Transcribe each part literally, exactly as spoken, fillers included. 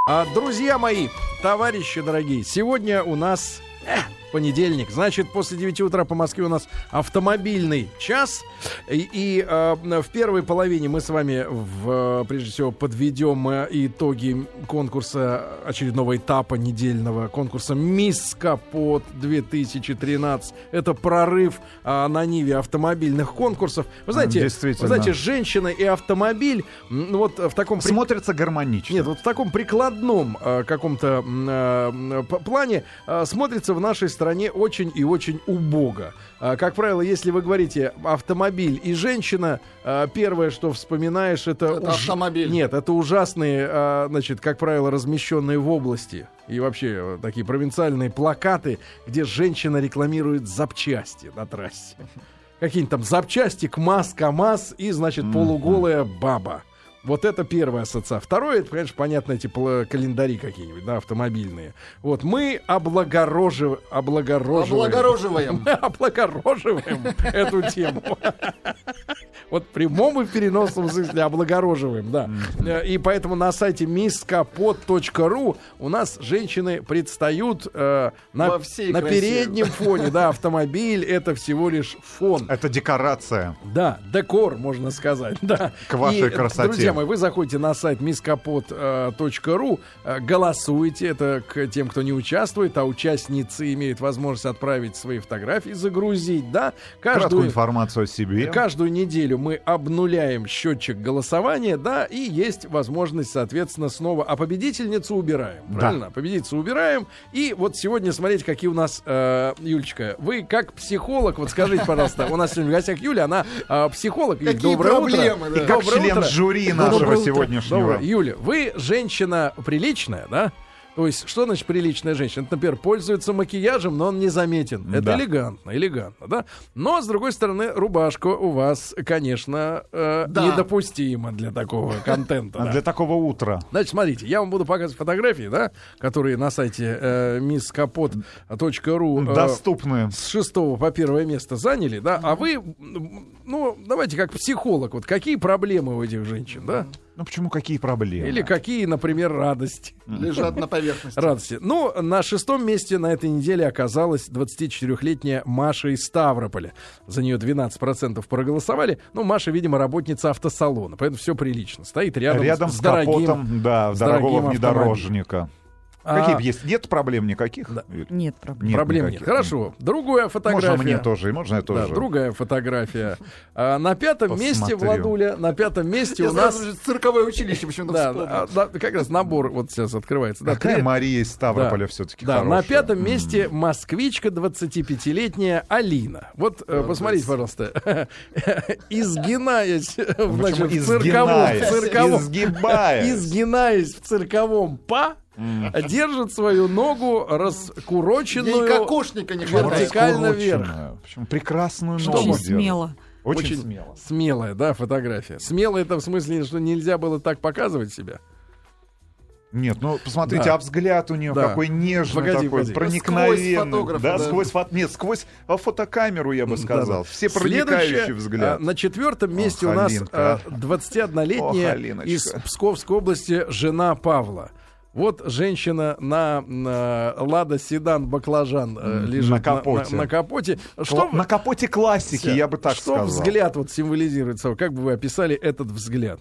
А, друзья мои, товарищи дорогие, сегодня у нас э, понедельник. Значит, после девяти утра по Москве у нас автомобильный час. И, и э, в первой половине мы с вами, в, прежде всего, подведем итоги конкурса, очередного этапа недельного конкурса «Мисс Капот две тысячи тринадцать». Это прорыв э, на ниве автомобильных конкурсов. Вы знаете, вы знаете, женщина и автомобиль, ну, вот в таком... Смотрятся гармонично. Нет, вот в таком прикладном э, каком-то э, плане э, смотрится в нашей стране очень и очень убого. Э, как правило, если вы говорите автомобиль и женщина, э, первое, что вспоминаешь, это... Это уж... автомобиль. Нет, это ужасные, э, значит, как правило, размещенные в области. И вообще э, такие провинциальные плакаты, где женщина рекламирует запчасти на трассе. Какие-нибудь там запчасти, КамАЗ, КамАЗ и, значит, mm-hmm. полуголая баба. Вот это первая ассоциация. Второе, это, конечно, понятно, эти календари какие-нибудь, да, автомобильные. Вот мы облагорожив... облагороживаем... Облагороживаем. Облагороживаем эту тему. Вот в прямом и в переносном смысле облагороживаем, да. И поэтому на сайте мисс капот точка ру у нас женщины предстают э, на, на переднем фоне, да, автомобиль — это всего лишь фон. Это декорация. Да, декор, можно сказать, да. К вашей и, красоте. Друзья мои, вы заходите на сайт мисс капот точка ру, э, голосуйте, это к тем, кто не участвует, а участницы имеют возможность отправить свои фотографии, загрузить, да. Каждую, краткую информацию о себе. Каждую неделю мы обнуляем счетчик голосования, да, и есть возможность, соответственно, снова... А победительницу убираем, правильно? Да. Победительницу убираем. И вот сегодня, смотрите, какие у нас... Э, Юлечка, вы как психолог, вот скажите, пожалуйста, у нас сегодня в гостях Юля, она э, психолог. Юль, какие доброе проблемы, утро. Да. И как доброе член утро. жюри нашего доброе сегодняшнего. Доброе. Юля, вы женщина приличная, да? То есть, что значит приличная женщина? Это, например, пользуется макияжем, но он незаметен. Это да. элегантно, элегантно, да? Но, с другой стороны, рубашка у вас, конечно, э, да. недопустима для такого контента. А да. для такого утра. Значит, смотрите, я вам буду показывать фотографии, да, которые на сайте э, мисс капот точка ру э, доступны. С шестого по первое место заняли, да? А вы, ну, давайте как психолог, вот какие проблемы у этих женщин, да? Ну почему какие проблемы? Или какие, например, радости лежат на поверхности. Радости. Ну, на шестом месте на этой неделе оказалась двадцатичетырёхлетняя Маша из Ставрополя. За нее двенадцать процентов проголосовали. Ну, Маша, видимо, работница автосалона, поэтому все прилично. Стоит рядом, рядом с, с дорогим, капотом, да, с дорогого дорогим внедорожника. Какие а, есть? Нет проблем никаких? Да. Нет проблем. Нет проблем никаких. Нет. Хорошо. Другая фотография. Можно мне тоже, можно я тоже. Да, другая фотография. А, на пятом Посмотрю. месте, Владуля, на пятом месте я у нас... цирковое училище почему-то да, вспомнил. да, да, как раз набор вот сейчас открывается. Какая да, Мария из Ставрополя да, все-таки да, хорошая. На пятом месте москвичка двадцатипятилетняя Алина. Вот да, посмотрите, пожалуйста. Изгинаясь в цирковом... Изгинаясь в цирковом па, Mm. держит свою ногу раскуроченную. Ей кокошника не хватает. Вертикально вверх. Причем прекрасную Что ногу. Очень смело. Очень, Очень смело. Смелая, да, фотография. Смелая это в смысле, что нельзя было так показывать себя. Нет, ну посмотрите, да. а взгляд у нее да. какой нежный, погоди, такой погоди. проникновенный. Сквозь фотографа, да, да. сквозь фото... Нет, сквозь фотокамеру, я бы сказал. Да, да. Все проникающий взгляд. А, на четвертом месте Ох, у нас Алинка. а, двадцатиоднолетняя Ох, из Псковской области жена Павла. Вот женщина на, на Лада Седан Баклажан э, лежит на капоте. На, на, на капоте. Что, на капоте классики, я бы так что сказал. Что взгляд вот символизирует? Как бы вы описали этот взгляд?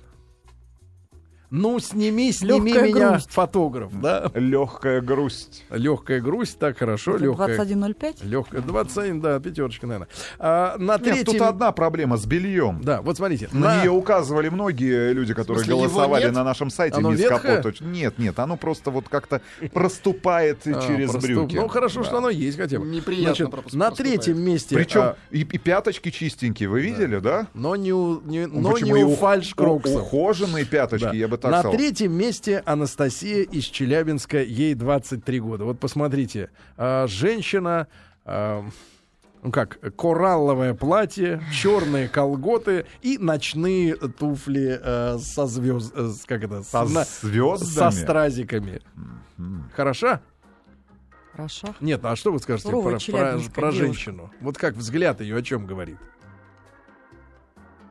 Ну, сними, сними Лёгкая меня, грусть. Фотограф, да? Легкая грусть. Легкая грусть, так хорошо. Это легкая. двадцать один ноль пять? Легкая, двадцать один, да, пятерочка, наверное. А, на Нет, третьем... тут одна проблема с бельем. Да, вот смотрите. На, на... нее указывали многие люди, которые смысле, голосовали его нет? на нашем сайте. Оно Мисс ветхое? Капот. Нет, нет, оно просто вот как-то проступает А, через проступ- брюки. Ну, хорошо, Да. что оно есть хотя бы. Неприятно Значит, пропуск- на проступает. третьем месте... Причем а, и, и пяточки чистенькие, вы видели, да? но не у, не, Ну, но почему не и у у- фальш-кроксов. Ухоженные пяточки, Да. я бы так На сказал. третьем месте Анастасия из Челябинска, ей двадцать три года. Вот посмотрите, а, женщина, а, ну как, коралловое платье, черные колготы и ночные туфли а, со звезд, а, как это, Со на- звездами? со стразиками. Хороша? Хорошо. Нет, а что вы скажете Суровая про, про, челябинская про девушка. женщину? Вот как взгляд ее о чем говорит?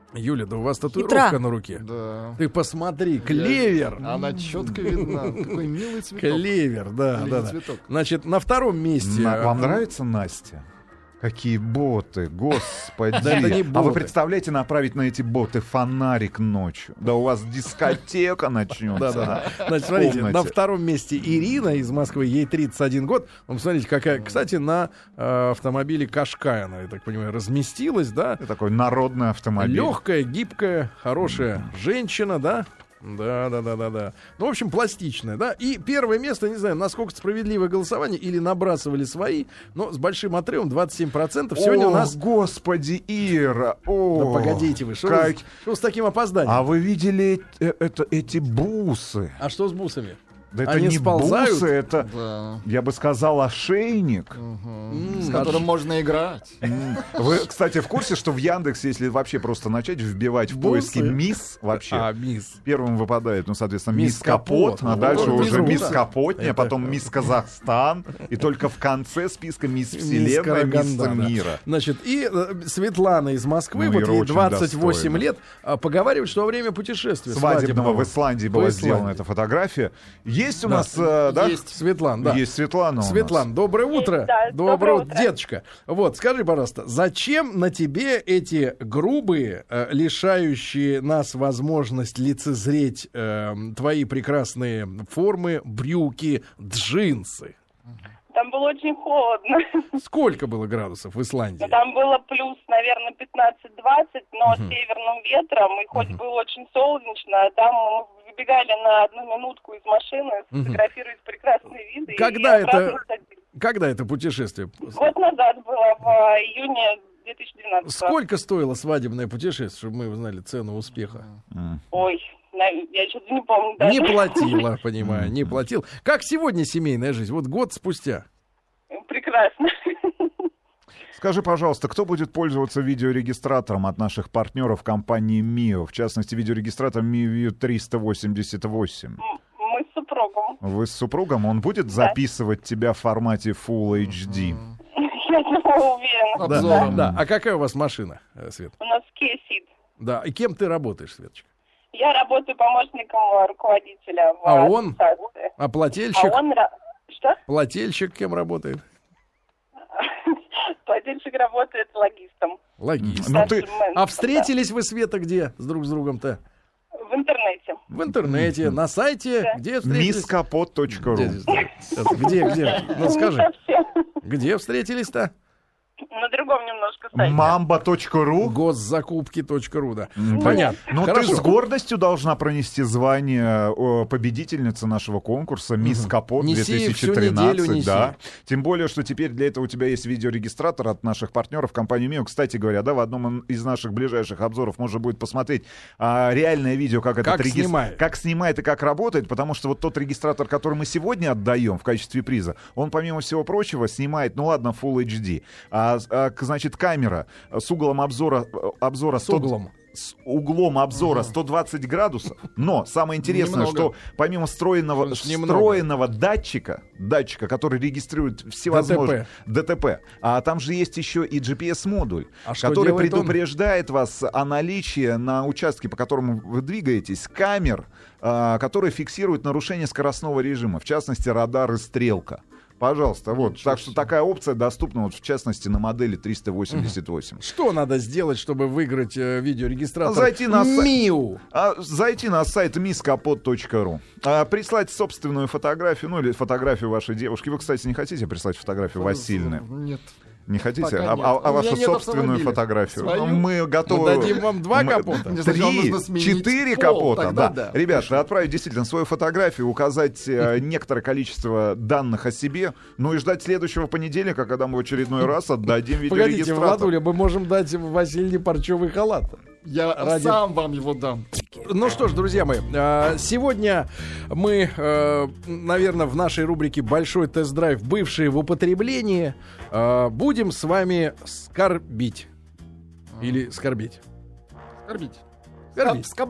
Юля, да у вас татуировка Хитра. на руке. Да. Ты посмотри, клевер. Она четко видна. Какой милый цветок. Клевер, да, Милый да, да. цветок. Значит, на втором месте. На- Вам э, нравится Настя? Какие боты, господи. Да это не А вы боты. представляете направить на эти боты фонарик ночью? Да у вас дискотека начнется. Да-да. Значит, смотрите, комнате. на втором месте Ирина из Москвы, ей тридцать один год. Ну, посмотрите, какая, кстати, на э, автомобиле Кашкай она, я так понимаю, разместилась, да? Это такой народный автомобиль. Легкая, гибкая, хорошая женщина, да? Да, да, да, да, да. Ну, в общем, пластичная, да. И первое место, не знаю, насколько справедливое голосование или набрасывали свои, но с большим отрывом двадцать семь процентов. Сегодня О, у нас. господи, Ира. О, Да погодите вы, что, как- вы, что с таким опозданием? А вы видели э- это, эти бусы? А что с бусами? Да это Они не сползают? бусы, это, Да. я бы сказал, ошейник. Мгм. С М, которым аж- можно играть. М. Вы, кстати, в курсе, что в Яндекс, если вообще просто начать вбивать в Бусы? поиске мисс вообще, А, мисс. первым выпадает, ну, соответственно, Мисс мисс Капот, Капот. а Ну, дальше вот, уже мисс мисс Рута. Капотня, Это- потом мисс Казахстан, и только в конце списка мисс Мисс Вселенная, мисс Караганда, да. Мира. Значит, и э, Светлана из Москвы, Ну, вот Ира ей очень двадцать восемь достойна. лет, а, поговаривают, что во время путешествия Свадебного в Исландии была В сделана Исландии. эта фотография. Есть у Да. нас, э, да? Есть. Светлана, да. Есть Светлана у нас. Светлана, доброе утро. Да, доброе доброе утро, утро. деточка. Вот, скажи, пожалуйста, зачем на тебе эти грубые, э, лишающие нас возможность лицезреть э, твои прекрасные формы, брюки, джинсы? Там было очень холодно. Сколько было градусов в Исландии? Но там было плюс, наверное, пятнадцать-двадцать, но с северным ветром, и хоть было очень солнечно, там мы выбегали на одну минутку из машины, сфотографировать прекрасные виды. Когда и обратно это- садились. Когда это путешествие? Год назад было, в э, июне две тысячи двенадцатого. Сколько стоило свадебное путешествие, чтобы мы узнали цену успеха? М. Ой, на- я что-то не помню даже. Не платила, понимаю, не платил. Как сегодня семейная жизнь? Вот год спустя. Прекрасно. Скажи, пожалуйста, кто будет пользоваться видеорегистратором от наших партнеров компании мио? В частности, видеорегистратор мио триста восемьдесят восемь. М- Мы с супругом. Вы с супругом? Он будет записывать тебя в формате Full эйч ди? Я думаю, уверена. Да, Обзором. да. А какая у вас машина, э, Свет? У нас Kia Ceed. Да. И кем ты работаешь, Светочка? Я работаю помощником э, руководителя в А он? администрации. А плательщик? А он... ра- Что? Плательщик кем работает? Плательщик работает логистом Логист. Ну ты- старшим менеджером, А встретились вы, Света, где с друг с другом-то? да. В интернете. В интернете, на сайте, Да. где встретились? мисс капот точка ру. Где, здесь? Где, где? Ну Не скажи, совсем. где встретились-то? На другом немножко сайте. мамба точка ру. Госзакупки точка ру, да. М, Понятно. Ну, ты Хорошо. с гордостью должна пронести звание э, победительницы нашего конкурса «Мисс Капот Неси две тысячи всю неделю, тринадцать». неси. Да. Тем более, что теперь для этого у тебя есть видеорегистратор от наших партнеров компании мио. Кстати говоря, да, в одном из наших ближайших обзоров можно будет посмотреть а, реальное видео, как, Как этот регис- снимает. как снимает и как работает, потому что вот тот регистратор, который мы сегодня отдаем в качестве приза, он, помимо всего прочего, снимает, ну ладно, Full эйч ди, а, а, значит, камера с углом обзора, обзора С сто углом. с углом обзора сто двадцать градусов, но самое интересное, Немного. что помимо встроенного, Значит, немного. встроенного датчика, датчика, который регистрирует всевозможные ДТП, а там же есть еще и джи пи эс-модуль, А что который делает он? предупреждает вас о наличии на участке, по которому вы двигаетесь, камер, а, которые фиксируют нарушение скоростного режима, в частности, радар и стрелка. Пожалуйста, вот. Так что такая опция доступна, вот, в частности, на модели триста восемьдесят восемь. Что надо сделать, чтобы выиграть э, видеорегистратор? Зайти на сайт. мио. А, зайти на сайт мисс капот точка ру, а, прислать собственную фотографию, ну или фотографию вашей девушки. Вы, кстати, не хотите прислать фотографию Васильны? Нет. Не хотите? Пока А, нет. а- а У меня вашу нет собственную автомобиля. фотографию? Свою? Мы готовы... Мы дадим вам два Мы- капота. Мне сначала Три, нужно сменить четыре пол, капота, тогда да. да. Ребят, отправить действительно свою фотографию, указать э, некоторое количество данных о себе, ну и ждать следующего понедельника, когда мы в очередной раз отдадим Погодите, видеорегистратор. Владуля, мы можем дать Васильевне парчевый халат. Я Ради- сам вам его дам. Ну что ж, друзья мои, а, сегодня мы, наверное, в нашей рубрике «Большой тест-драйв. Бывшие в употреблении» а, будем с вами скорбить. Или скорбить. Скорбить. Скорбить. Скоблить.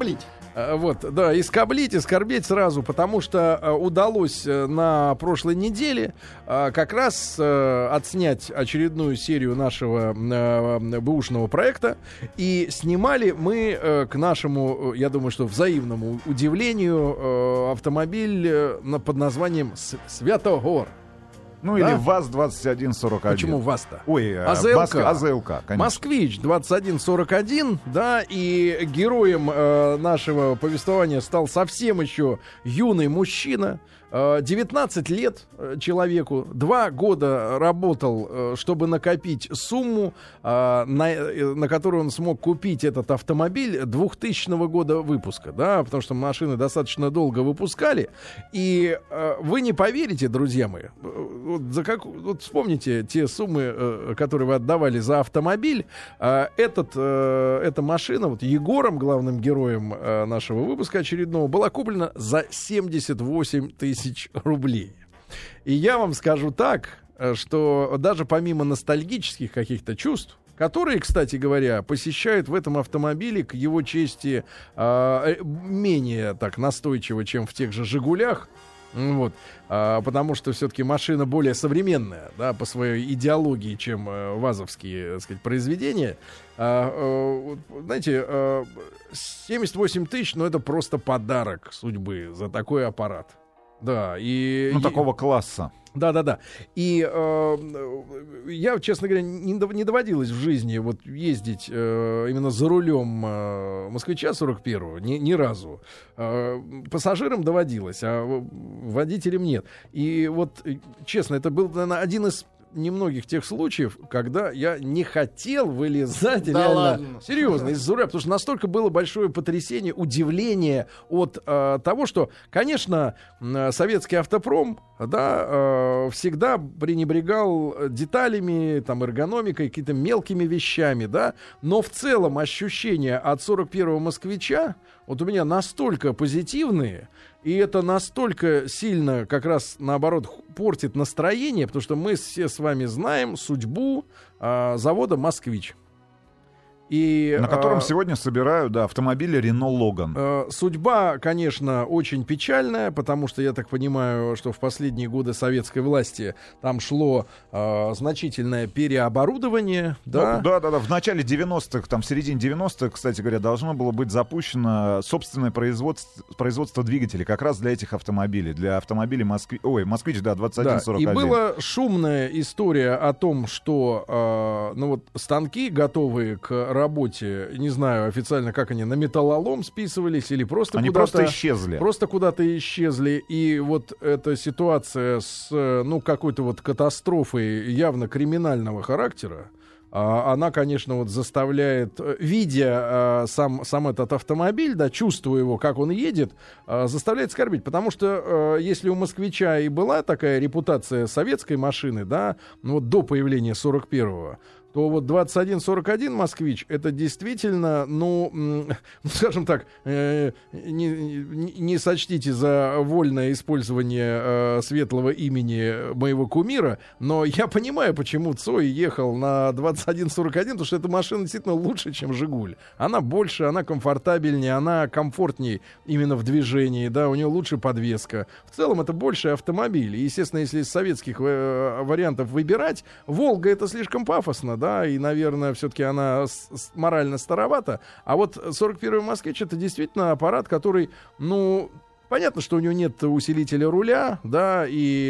Э, Вот, да, и скоблить, и скорбеть сразу, потому что э, удалось э, на прошлой неделе э, как раз э, отснять очередную серию нашего э, бэушного проекта. И снимали мы, э, к нашему, э, я думаю, что взаимному удивлению, э, автомобиль э, на, под названием С- Святогор. Ну Да? или ВАЗ двадцать один сорок один. Почему ВАЗ-то? Ой, э, АЗЛК. Моск- АЗЛК, конечно. Москвич двадцать один сорок один, да, и героем э, нашего повествования стал совсем еще юный мужчина, э, девятнадцать лет э, человеку, два года работал, э, чтобы накопить сумму, э, на, э, на которую он смог купить этот автомобиль двухтысячного года выпуска, да, потому что машины достаточно долго выпускали, и э, вы не поверите, друзья мои, вот, за как, вот вспомните те суммы, э, которые вы отдавали за автомобиль. Э, этот, э, эта машина, вот Егором, главным героем э, нашего выпуска очередного, была куплена за семьдесят восемь тысяч рублей. И я вам скажу так, э, что даже помимо ностальгических каких-то чувств, которые, кстати говоря, посещают в этом автомобиле к его чести э, менее так настойчиво, чем в тех же «Жигулях», вот, а, потому что все-таки машина более современная, да, по своей идеологии, чем а, вазовские, так сказать, произведения. А, а, знаете, а, семьдесят восемь тысяч, ну это просто подарок судьбы за такой аппарат. Да, и... Ну, такого класса. Да-да-да. И э, я, честно говоря, не, не доводилось в жизни вот ездить э, именно за рулем э, москвича сорок первого ни, ни разу. Э, пассажирам доводилось, а водителям нет. И вот, честно, это был, наверное, один из немногих тех случаев, когда я не хотел вылезать, Да реально, ладно. серьезно, из-за руля, потому что настолько было большое потрясение, удивление от э, того, что, конечно, э, советский автопром, да, э, всегда пренебрегал деталями, там, эргономикой, какими-то мелкими вещами, да, но в целом ощущения от сорок первого москвича вот у меня настолько позитивные, и это настолько сильно, как раз наоборот, портит настроение, потому что мы все с вами знаем судьбу э, завода «Москвич». И, На котором э, сегодня собирают, да, автомобили Renault Logan. Э, Судьба, конечно, очень печальная, потому что я так понимаю, что в последние годы советской власти там шло э, значительное переоборудование. Да? Ну, да, да, да. В начале девяностых, там в середине девяностых, кстати говоря, должно было быть запущено собственное производство, производство двигателей как раз для этих автомобилей, для автомобилей Москвич, ой, Москвич, да, двадцать один сорок один. И была шумная история о том, что э, ну вот станки, готовые к работе, не знаю официально, как они, на металлолом списывались или просто они куда-то... просто исчезли. Просто куда-то исчезли. И вот эта ситуация с, ну, какой-то вот катастрофой явно криминального характера, а, она, конечно, вот заставляет, видя а, сам, сам этот автомобиль, да, чувствуя его, как он едет, а, заставляет скорбить. Потому что а, если у «Москвича» и была такая репутация советской машины, да, ну, вот до появления сорок первого, то вот двадцать один сорок один «Москвич» это действительно, ну, м, скажем так, э, не, не, не сочтите за вольное использование э, светлого имени моего кумира, но я понимаю, почему Цой ехал на двадцать один сорок один, потому что эта машина действительно лучше, чем «Жигуль». Она больше, она комфортабельнее, она комфортнее именно в движении, да, у нее лучше подвеска. В целом это больше автомобиль. И, естественно, если из советских э, вариантов выбирать, «Волга» это слишком пафосно, да, и, наверное, все-таки она с- с- морально старовата. А вот сорок первый «Москвич» это действительно аппарат, который, ну, понятно, что у него нет усилителя руля, да,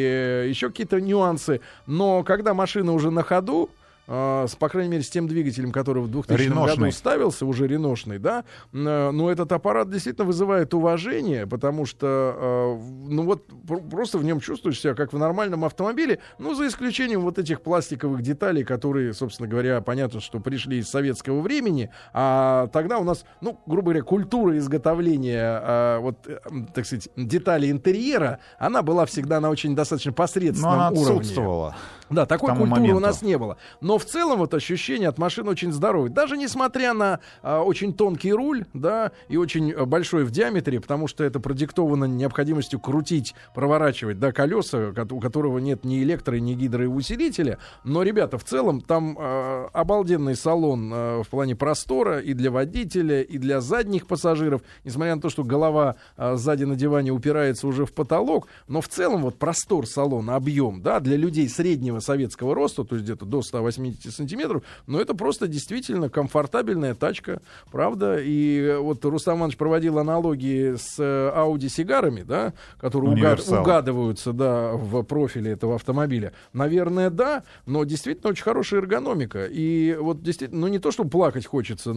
и еще какие-то нюансы, но когда машина уже на ходу, Uh, с, по крайней мере, с тем двигателем, который в двухтысячном году Реношный. ставился, уже реношный, да, uh, но этот аппарат действительно вызывает уважение, потому что, uh, ну вот, пр- просто в нем чувствуешь себя как в нормальном автомобиле, ну, за исключением вот этих пластиковых деталей, которые, собственно говоря, понятно, что пришли из советского времени, а тогда у нас, ну, грубо говоря, культура изготовления, uh, вот, э, так сказать, деталей интерьера, она была всегда на очень достаточно посредственном Но она уровне. отсутствовала. Да, такой тому культуры моменту. у нас не было. Но в целом вот ощущение от машины очень здоровое. Даже несмотря на а, очень тонкий руль, да, и очень а, большой в диаметре, потому что это продиктовано необходимостью крутить, проворачивать, да, колеса, у которого нет ни электро, ни гидроусилителя. Но, ребята, в целом там а, обалденный салон а, в плане простора и для водителя, и для задних пассажиров. Несмотря на то, что голова а, сзади на диване упирается уже в потолок, но в целом вот простор салона, объем, да, для людей среднего советского роста, то есть где-то до ста восьмидесяти сантиметров, но это просто действительно комфортабельная тачка, правда. И вот Рустам Иванович проводил аналогии с Audi сигарами, да, которые угад, угадываются, да, в профиле этого автомобиля. Наверное, да, но действительно очень хорошая эргономика. И вот действительно, ну не то, чтобы плакать хочется,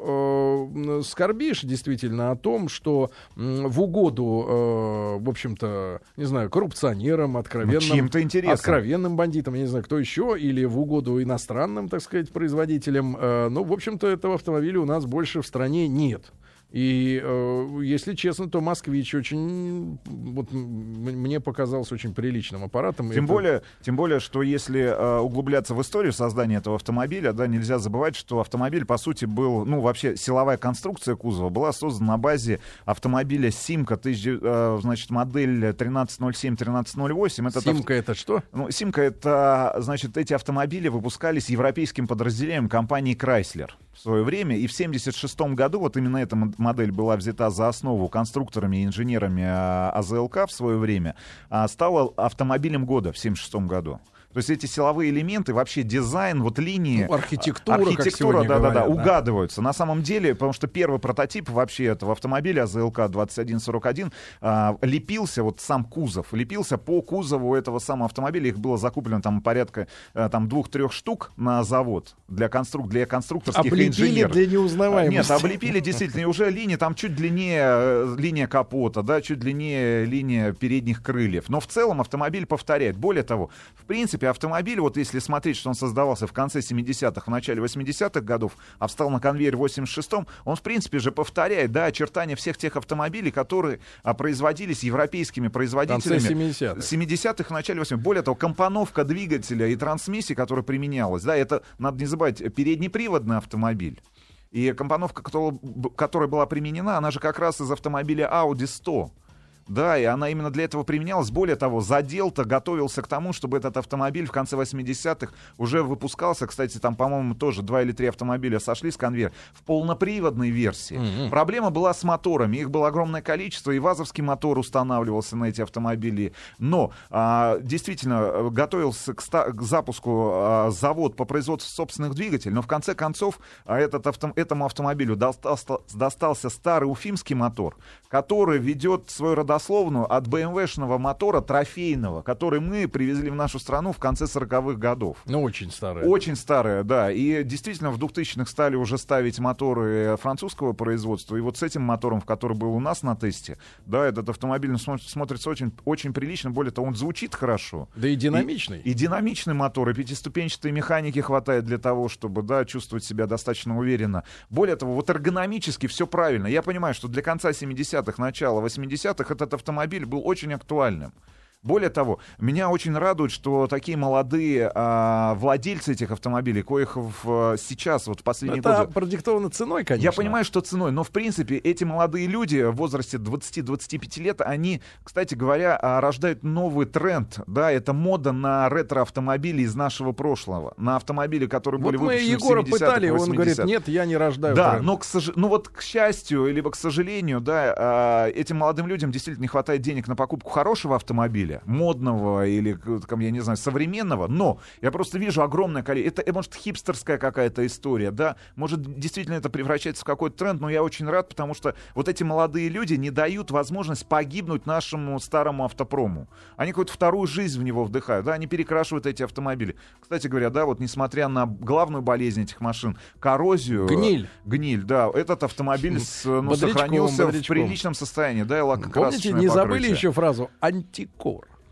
но э, скорбишь действительно о том, что э, в угоду, э, в общем-то, не знаю, коррупционерам, откровенным, ну, откровенным бандитам, я не знаю, кто еще, или в угоду иностранным, так сказать, производителям. Э, ну, в общем-то, этого автомобиля у нас больше в стране нет. И, э, если честно, то «Москвич» очень, вот, м- мне показался очень приличным аппаратом. Тем, это... более, тем более, что если э, углубляться в историю создания этого автомобиля, да, нельзя забывать, что автомобиль, по сути, был, ну, вообще, силовая конструкция кузова была создана на базе автомобиля «Симка», тысяч, э, значит, модель тринадцать ноль семь тринадцать ноль восемь. Это «Симка» авто... это что? Ну, «Симка» — это, значит, эти автомобили выпускались европейским подразделением компании Chrysler в свое время, и в семьдесят шестом году вот именно эта модель была взята за основу конструкторами и инженерами АЗЛК в свое время, стала автомобилем года в семьдесят шестом году. То есть эти силовые элементы, вообще дизайн, вот линии... Ну, архитектура, архитектура, как да, да, да, говорят, угадываются. На самом деле, потому что первый прототип вообще этого автомобиля АЗЛК двадцать один сорок один а, лепился, вот сам кузов, лепился по кузову этого самого автомобиля. Их было закуплено там порядка а, там, двух-трех штук на завод для, конструк... для конструкторских облепили инженеров. Для неузнаваемости. Нет, облепили действительно. И уже линии там чуть длиннее линия капота, да, чуть длиннее линия передних крыльев. Но в целом автомобиль повторяет. Более того, в принципе, автомобиль, вот если смотреть, что он создавался в конце семидесятых, в начале восьмидесятых годов, а встал на конвейер в восемьдесят шестом, он, в принципе, же повторяет, да, очертания всех тех автомобилей, которые а, производились европейскими производителями в семидесятых. семидесятых, в начале восьмидесятых. Более того, компоновка двигателя и трансмиссии, которая применялась, да, это, надо не забывать, переднеприводный автомобиль. И компоновка, которая была применена, она же как раз из автомобиля Audi сто. Да, и она именно для этого применялась. Более того, задел-то готовился к тому, чтобы этот автомобиль в конце восьмидесятых уже выпускался. Кстати, там, по-моему, тоже два или три автомобиля сошли с конвейера в полноприводной версии. Mm-hmm. Проблема была с моторами. Их было огромное количество, и ВАЗовский мотор устанавливался на эти автомобили. Но а, действительно готовился к, ста- к запуску а, завод по производству собственных двигателей. Но в конце концов а, этот авто- этому автомобилю достался, достался старый уфимский мотор, который ведет свой родословную от бэ эм вэ-шного мотора трофейного, который мы привезли в нашу страну в конце сороковых годов. Ну, очень старая. Очень старая, да. И действительно в двухтысячных стали уже ставить моторы французского производства. И вот с этим мотором, который был у нас на тесте, да, этот автомобиль смотрится очень, очень прилично. Более того, он звучит хорошо. Да и динамичный. И, и динамичный мотор, и пятиступенчатой механики хватает для того, чтобы, да, чувствовать себя достаточно уверенно. Более того, вот эргономически все правильно. Я понимаю, что для конца семидесятых, начала восьмидесятых этот автомобиль был очень актуальным. Более того, меня очень радует, что такие молодые а, владельцы этих автомобилей, коих в, сейчас, вот в последние это годы... продиктовано ценой, конечно. Я понимаю, что ценой, но, в принципе, эти молодые люди в возрасте двадцати-двадцати пяти лет, они, кстати говоря, рождают новый тренд, да, это мода на ретро-автомобили из нашего прошлого, на автомобили, которые вот были выпущены в семидесятых, в семидесятых, пытали, он говорит, нет, я не рождаю да, тренд. но, к сож... ну вот, к счастью, либо к сожалению, да, этим молодым людям действительно не хватает денег на покупку хорошего автомобиля, модного или, я не знаю, современного, но я просто вижу огромное количество, это, может, хипстерская какая-то история, да, может, действительно это превращается в какой-то тренд, но я очень рад, потому что вот эти молодые люди не дают возможность погибнуть нашему старому автопрому. Они какую-то вторую жизнь в него вдыхают, да, они перекрашивают эти автомобили. Кстати говоря, да, вот несмотря на главную болезнь этих машин, коррозию... Гниль. Гниль, да, этот автомобиль с, ну, сохранился бодрячком. В приличном состоянии, да, и лакокрасочное Помните, не покрытие. забыли еще фразу «антикор»?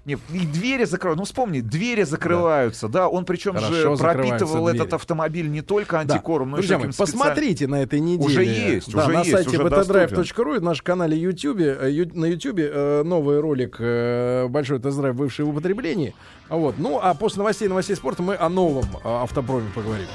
Не, и двери закрываются. Ну, вспомни, двери закрываются, да. Он причем Хорошо, же пропитывал закрываются этот двери. автомобиль не только антикором, но Друзья и мои, всяким специальным. посмотрите на этой неделе. Уже есть, да, уже на есть, сайте уже би ти драйв доступен. точка ру и на нашем канале YouTube, э, ю- на YouTube э, новый ролик э, «Большой тест-драйв, бывший в употреблении». Вот. Ну, а после новостей новостей спорта мы о новом э, автопроме поговорим.